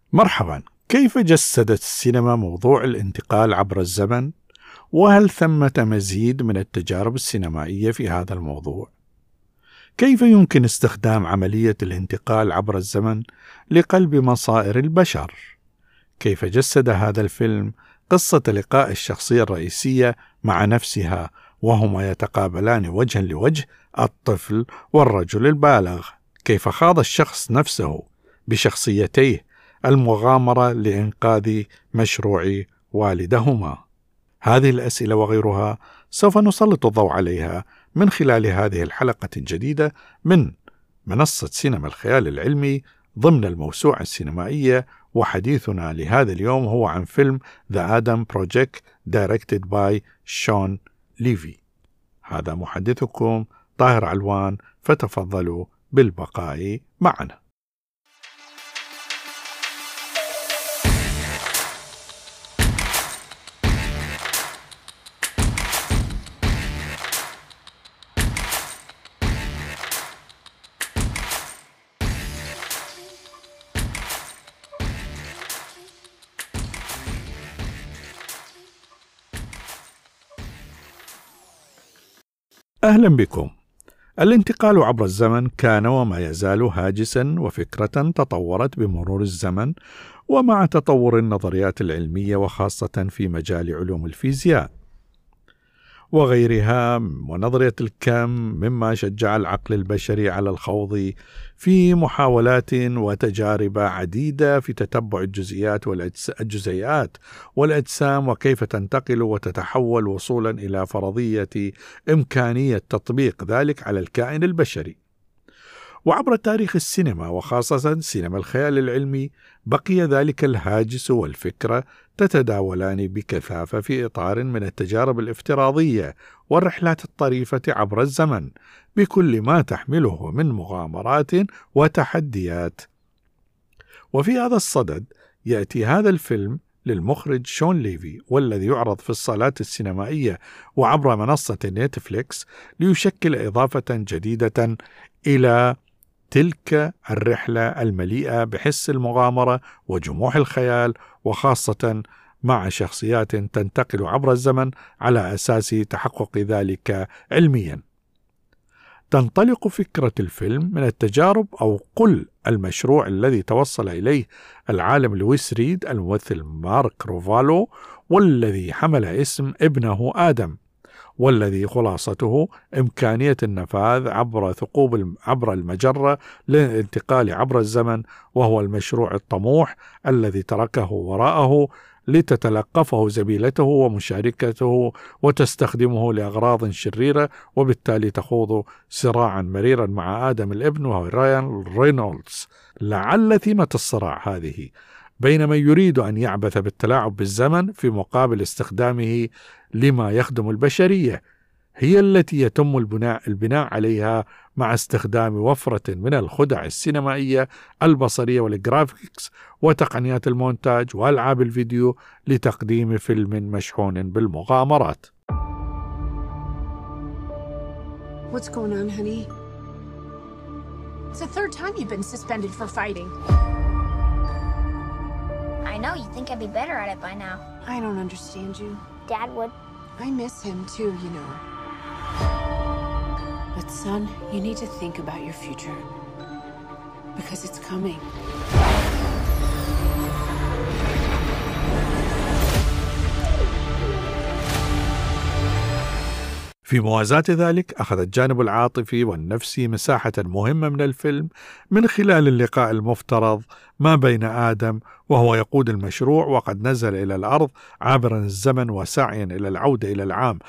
مرحبا، كيف جسدت السينما موضوع الانتقال عبر الزمن؟ وهل ثمة مزيد من التجارب السينمائية في هذا الموضوع؟ كيف يمكن استخدام عملية الانتقال عبر الزمن لقلب مصائر البشر؟ كيف جسد هذا الفيلم قصة لقاء الشخصية الرئيسية مع نفسها وهما يتقابلان وجها لوجه، الطفل والرجل البالغ؟ كيف خاض الشخص نفسه بشخصيتيه المغامرة لإنقاذ مشروع والدهما؟ هذه الأسئلة وغيرها سوف نسلط الضوء عليها من خلال هذه الحلقة الجديدة من منصة سينما الخيال العلمي ضمن الموسوعة السينمائية. وحديثنا لهذا اليوم هو عن فيلم The Adam Project directed by Sean Levy. هذا محدثكم طاهر علوان، فتفضلوا بالبقاء معنا. أهلا بكم. الانتقال عبر الزمن كان وما يزال هاجسا وفكرة تطورت بمرور الزمن ومع تطور النظريات العلمية، وخاصة في مجال علوم الفيزياء وغيرها، ونظرية الكم، مما شجع العقل البشري على الخوض في محاولات وتجارب عديدة في تتبع الجزيئات والأجسام وكيف تنتقل وتتحول، وصولا إلى فرضية إمكانية تطبيق ذلك على الكائن البشري. وعبر تاريخ السينما وخاصة سينما الخيال العلمي بقي ذلك الهاجس والفكرة تتداولان بكثافة في إطار من التجارب الافتراضية والرحلات الطريفة عبر الزمن بكل ما تحمله من مغامرات وتحديات. وفي هذا الصدد يأتي هذا الفيلم للمخرج شون ليفي، والذي يعرض في الصالات السينمائية وعبر منصة نتفليكس ليشكل إضافة جديدة إلى تلك الرحلة المليئة بحس المغامرة وجموح الخيال، وخاصة مع شخصيات تنتقل عبر الزمن على أساس تحقق ذلك علميا. تنطلق فكرة الفيلم من التجارب أو قل المشروع الذي توصل إليه العالم لويس ريد الممثل مارك روفالو، والذي حمل اسم ابنه آدم، والذي خلاصته إمكانية النفاذ عبر ثقوب عبر المجرة للانتقال عبر الزمن، وهو المشروع الطموح الذي تركه وراءه لتتلقفه زميلته ومشاركته وتستخدمه لأغراض شريرة، وبالتالي تخوض صراعا مريرا مع آدم الابن وهو رايان رينولدز. لعل ثيمة الصراع هذه بين من يريد أن يعبث بالتلاعب بالزمن في مقابل استخدامه لما يخدم البشرية هي التي يتم البناء عليها مع استخدام وفرة من الخدع السينمائية البصرية والجرافيكس وتقنيات المونتاج وألعاب الفيديو لتقديم فيلم مشحون بالمغامرات. What's going on, honey? It's the third time you've been suspended for fighting. I know, you'd think I'd be better at it by now. I don't understand you. Dad would. I miss him too, you know. But son, you need to think about your future. Because it's coming. في موازاة ذلك أخذ الجانب العاطفي والنفسي مساحة مهمة من الفيلم من خلال اللقاء المفترض ما بين آدم وهو يقود المشروع وقد نزل إلى الأرض عابرا الزمن وسعيا إلى العودة إلى العام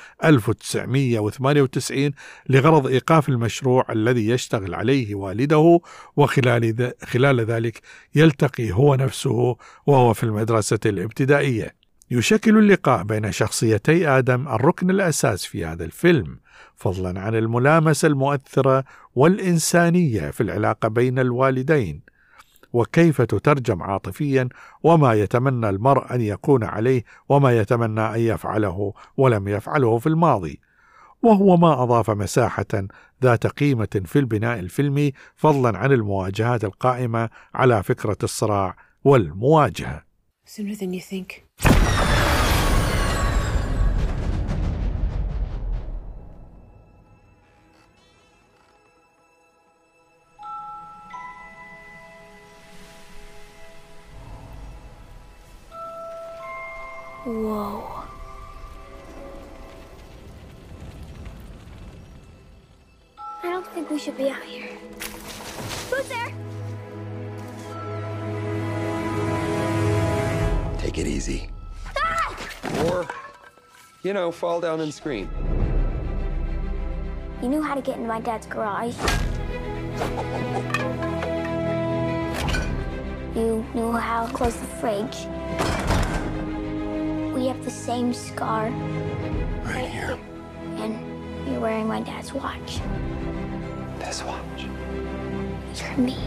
1998 لغرض إيقاف المشروع الذي يشتغل عليه والده، وخلال ذلك يلتقي هو نفسه وهو في المدرسة الابتدائية. يشكل اللقاء بين شخصيتي آدم الركن الأساس في هذا الفيلم، فضلا عن الملامسة المؤثرة والإنسانية في العلاقة بين الوالدين، وكيف تترجم عاطفيا وما يتمنى المرء أن يكون عليه وما يتمنى أن يفعله ولم يفعله في الماضي، وهو ما أضاف مساحة ذات قيمة في البناء الفيلمي، فضلا عن المواجهات القائمة على فكرة الصراع والمواجهة. Sooner than you think. Whoa. I don't think we should be out here. Who's there? Take it easy. Or, fall down and scream. You knew how to get into my dad's garage. You knew how to close the fridge. We have the same scar. Right here. And you're wearing my dad's watch. This watch. It's for me.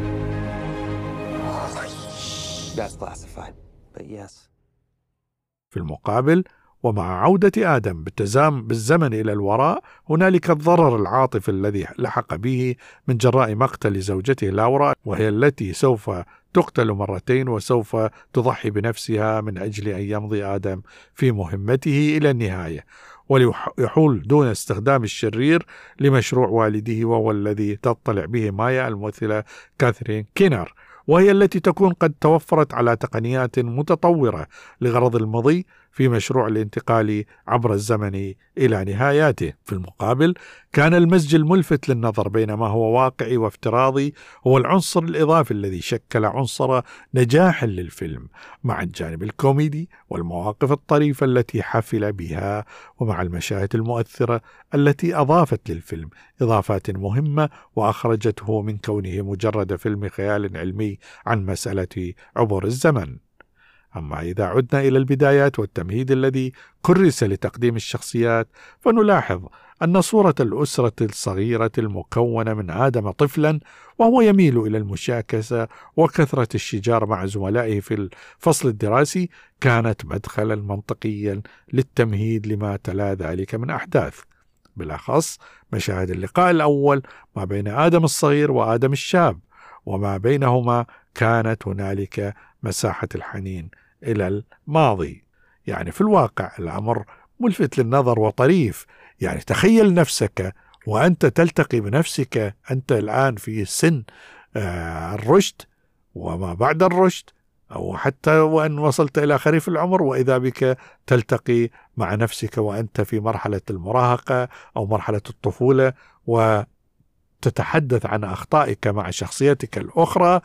Holy shit. That's classified, but yes. في المقابل، ومع عودة آدم بالزمن إلى الوراء، هنالك الضرر العاطفي الذي لحق به من جراء مقتل زوجته لورا، وهي التي سوف تقتل مرتين وسوف تضحي بنفسها من أجل أن يمضي آدم في مهمته إلى النهاية، وليحول دون استخدام الشرير لمشروع والده، وهو الذي تطلع به مايا الممثلة كاثرين كينر، وهي التي تكون قد توفرت على تقنيات متطورة لغرض المضي في مشروع الانتقال عبر الزمن إلى نهاياته. في المقابل، كان المزج الملفت للنظر بين ما هو واقعي وافتراضي هو العنصر الإضافي الذي شكل عنصر نجاح للفيلم، مع الجانب الكوميدي والمواقف الطريفة التي حفل بها، ومع المشاهد المؤثرة التي أضافت للفيلم إضافات مهمة وأخرجته من كونه مجرد فيلم خيال علمي عن مسألة عبور الزمن. أما إذا عدنا إلى البدايات والتمهيد الذي كرس لتقديم الشخصيات، فنلاحظ أن صورة الأسرة الصغيرة المكونة من آدم طفلا وهو يميل إلى المشاكسة وكثرة الشجار مع زملائه في الفصل الدراسي كانت مدخلا منطقيا للتمهيد لما تلا ذلك من أحداث، بالأخص مشاهد اللقاء الأول ما بين آدم الصغير وآدم الشاب، وما بينهما كانت هنالك مساحة الحنين إلى الماضي. يعني في الواقع الأمر ملفت للنظر وطريف. يعني تخيل نفسك وأنت تلتقي بنفسك أنت الآن في سن الرشد وما بعد الرشد، أو حتى وأن وصلت إلى خريف العمر، وإذا بك تلتقي مع نفسك وأنت في مرحلة المراهقة أو مرحلة الطفولة، وتتحدث عن أخطائك مع شخصيتك الأخرى،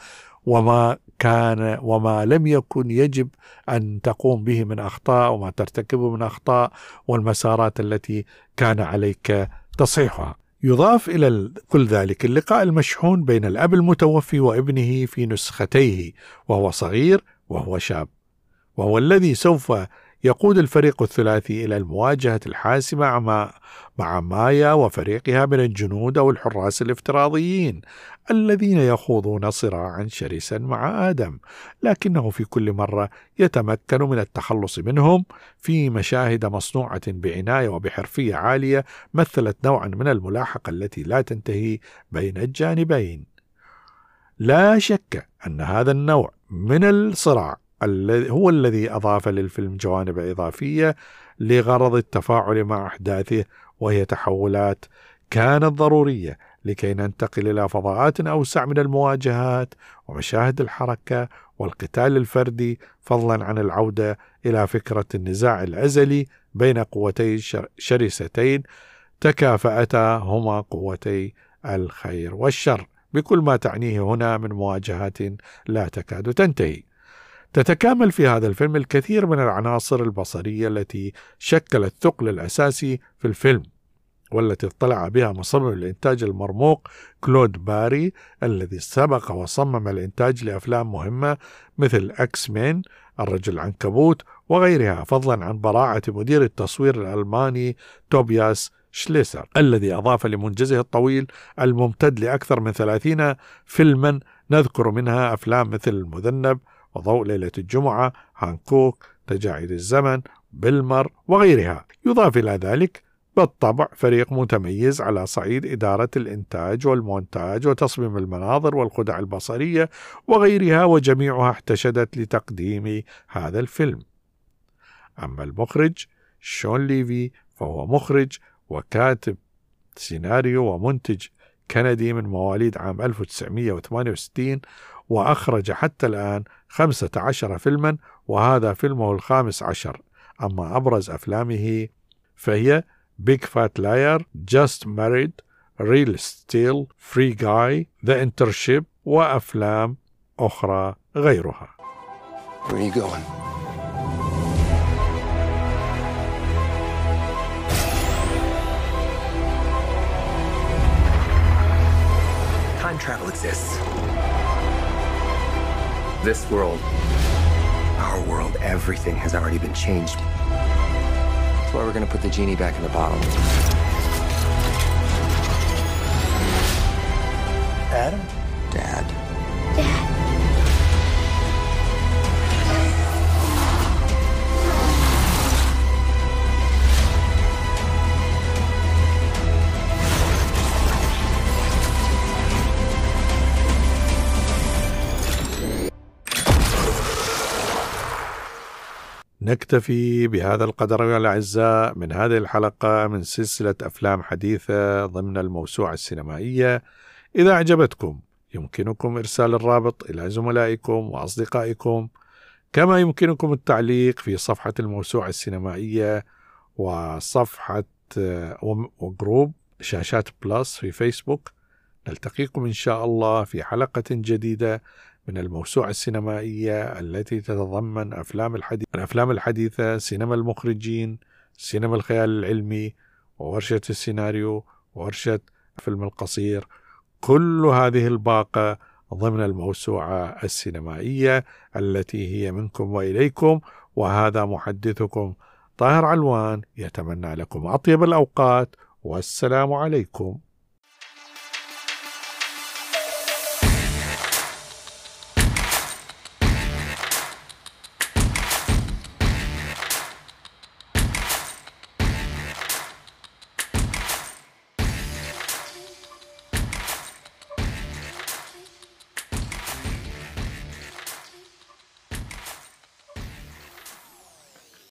وما لم يكن يجب أن تقوم به من أخطاء، وما ترتكبه من أخطاء، والمسارات التي كان عليك تصحيحها. يضاف إلى كل ذلك اللقاء المشحون بين الأب المتوفي وابنه في نسختيه، وهو صغير وهو شاب، وهو الذي سوف يقود الفريق الثلاثي إلى المواجهة الحاسمة مع مايا وفريقها من الجنود أو الحراس الافتراضيين الذين يخوضون صراعا شرسا مع آدم، لكنه في كل مرة يتمكن من التخلص منهم في مشاهد مصنوعة بعناية وبحرفية عالية مثلت نوعا من الملاحقة التي لا تنتهي بين الجانبين. لا شك أن هذا النوع من الصراع هو الذي أضاف للفيلم جوانب إضافية لغرض التفاعل مع أحداثه، وهي تحولات كانت ضرورية لكي ننتقل إلى فضاءات أوسع من المواجهات ومشاهد الحركة والقتال الفردي، فضلا عن العودة إلى فكرة النزاع الأزلي بين قوتين شرستين تكافأتا هما قوتي الخير والشر، بكل ما تعنيه هنا من مواجهات لا تكاد تنتهي. تتكامل في هذا الفيلم الكثير من العناصر البصرية التي شكلت الثقل الأساسي في الفيلم، والتي اطلع بها مصمم الإنتاج المرموق كلود باري الذي سبق وصمم الإنتاج لأفلام مهمة مثل أكس مين، الرجل العنكبوت وغيرها، فضلا عن براعة مدير التصوير الألماني توبياس شليسر الذي أضاف لمنجزه الطويل الممتد لأكثر من 30 فيلما، نذكر منها أفلام مثل المذنب وضوء ليلة الجمعة، هانكوك، تجاعيد الزمن، بيلمر وغيرها. يضاف إلى ذلك بالطبع فريق متميز على صعيد إدارة الإنتاج والمونتاج وتصميم المناظر والخدع البصرية وغيرها، وجميعها احتشدت لتقديم هذا الفيلم. أما المخرج شون ليفي فهو مخرج وكاتب سيناريو ومنتج كندي من مواليد عام 1968، وأخرج حتى الآن 15 فيلما، وهذا فيلمه ال15. أما أبرز أفلامه فهي Big Fat Liar, Just Married, Real Steel, Free Guy, The Internship وأفلام أخرى غيرها. Where are you going? Time travel exists. This world, our world, everything has already been changed. That's why we're gonna put the genie back in the bottle. Adam? Dad. Dad. نكتفي بهذا القدر يا الأعزاء من هذه الحلقة من سلسلة أفلام حديثة ضمن الموسوعة السينمائية. إذا أعجبتكم يمكنكم إرسال الرابط إلى زملائكم وأصدقائكم، كما يمكنكم التعليق في صفحة الموسوعة السينمائية وصفحة وجروب شاشات بلس في فيسبوك. نلتقيكم إن شاء الله في حلقة جديدة من الموسوعة السينمائية التي تتضمن الأفلام الحديثة، سينما المخرجين، سينما الخيال العلمي، وورشة السيناريو، وورشة الفيلم القصير، كل هذه الباقة ضمن الموسوعة السينمائية التي هي منكم وإليكم. وهذا محدثكم طاهر علوان، يتمنى لكم أطيب الأوقات، والسلام عليكم.